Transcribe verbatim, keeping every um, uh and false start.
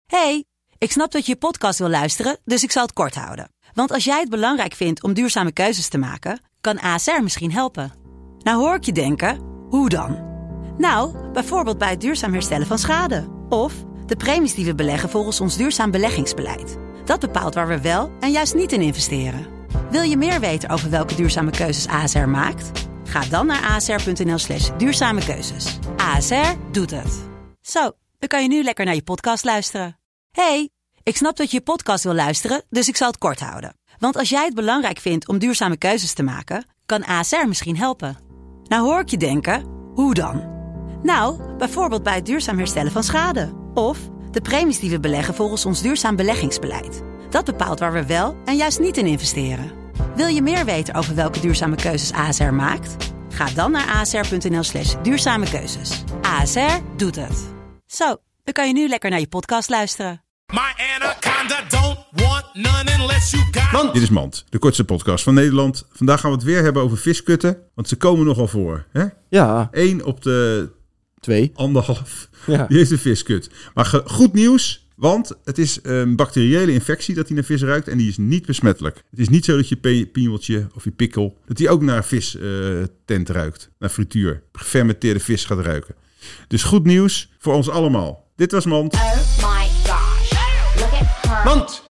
Hey, ik snap dat je je podcast wil luisteren, dus ik zal het kort houden. Want als jij het belangrijk vindt om duurzame keuzes te maken, kan A S R misschien helpen. Nou hoor ik je denken, hoe dan? Nou, bijvoorbeeld bij het duurzaam herstellen van schade. Of de premies die we beleggen volgens ons duurzaam beleggingsbeleid. Dat bepaalt waar we wel en juist niet in investeren. Wil je meer weten over welke duurzame keuzes A S R maakt? Ga dan naar asr.nl slash duurzame keuzes. A S R doet het. Zo, dan kan je nu lekker naar je podcast luisteren. Hey, ik snap dat je je podcast wil luisteren, dus ik zal het kort houden. Want als jij het belangrijk vindt om duurzame keuzes te maken, kan A S R misschien helpen. Nou hoor ik je denken, hoe dan? Nou, bijvoorbeeld bij het duurzaam herstellen van schade. Of de premies die we beleggen volgens ons duurzaam beleggingsbeleid. Dat bepaalt waar we wel en juist niet in investeren. Wil je meer weten over welke duurzame keuzes A S R maakt? Ga dan naar asr.nl slash duurzame keuzes. A S R doet het. Zo, dan kan je nu lekker naar je podcast luisteren. My anaconda don't want none unless you got... Mand. Dit is Mand, de kortste podcast van Nederland. Vandaag gaan we het weer hebben over viskutten, want ze komen nogal voor. Hè? Ja. Eén op de Twee. anderhalf, Ja. die heeft een viskut. Maar ge- goed nieuws, want het is een bacteriële infectie dat die naar vis ruikt en die is niet besmettelijk. Het is niet zo dat je pe- piemeltje of je pikkel, dat die ook naar vistent uh, ruikt, naar frituur, gefermenteerde vis gaat ruiken. Dus goed nieuws voor ons allemaal. Dit was Mand. Oh my gosh. Look at her. Mand.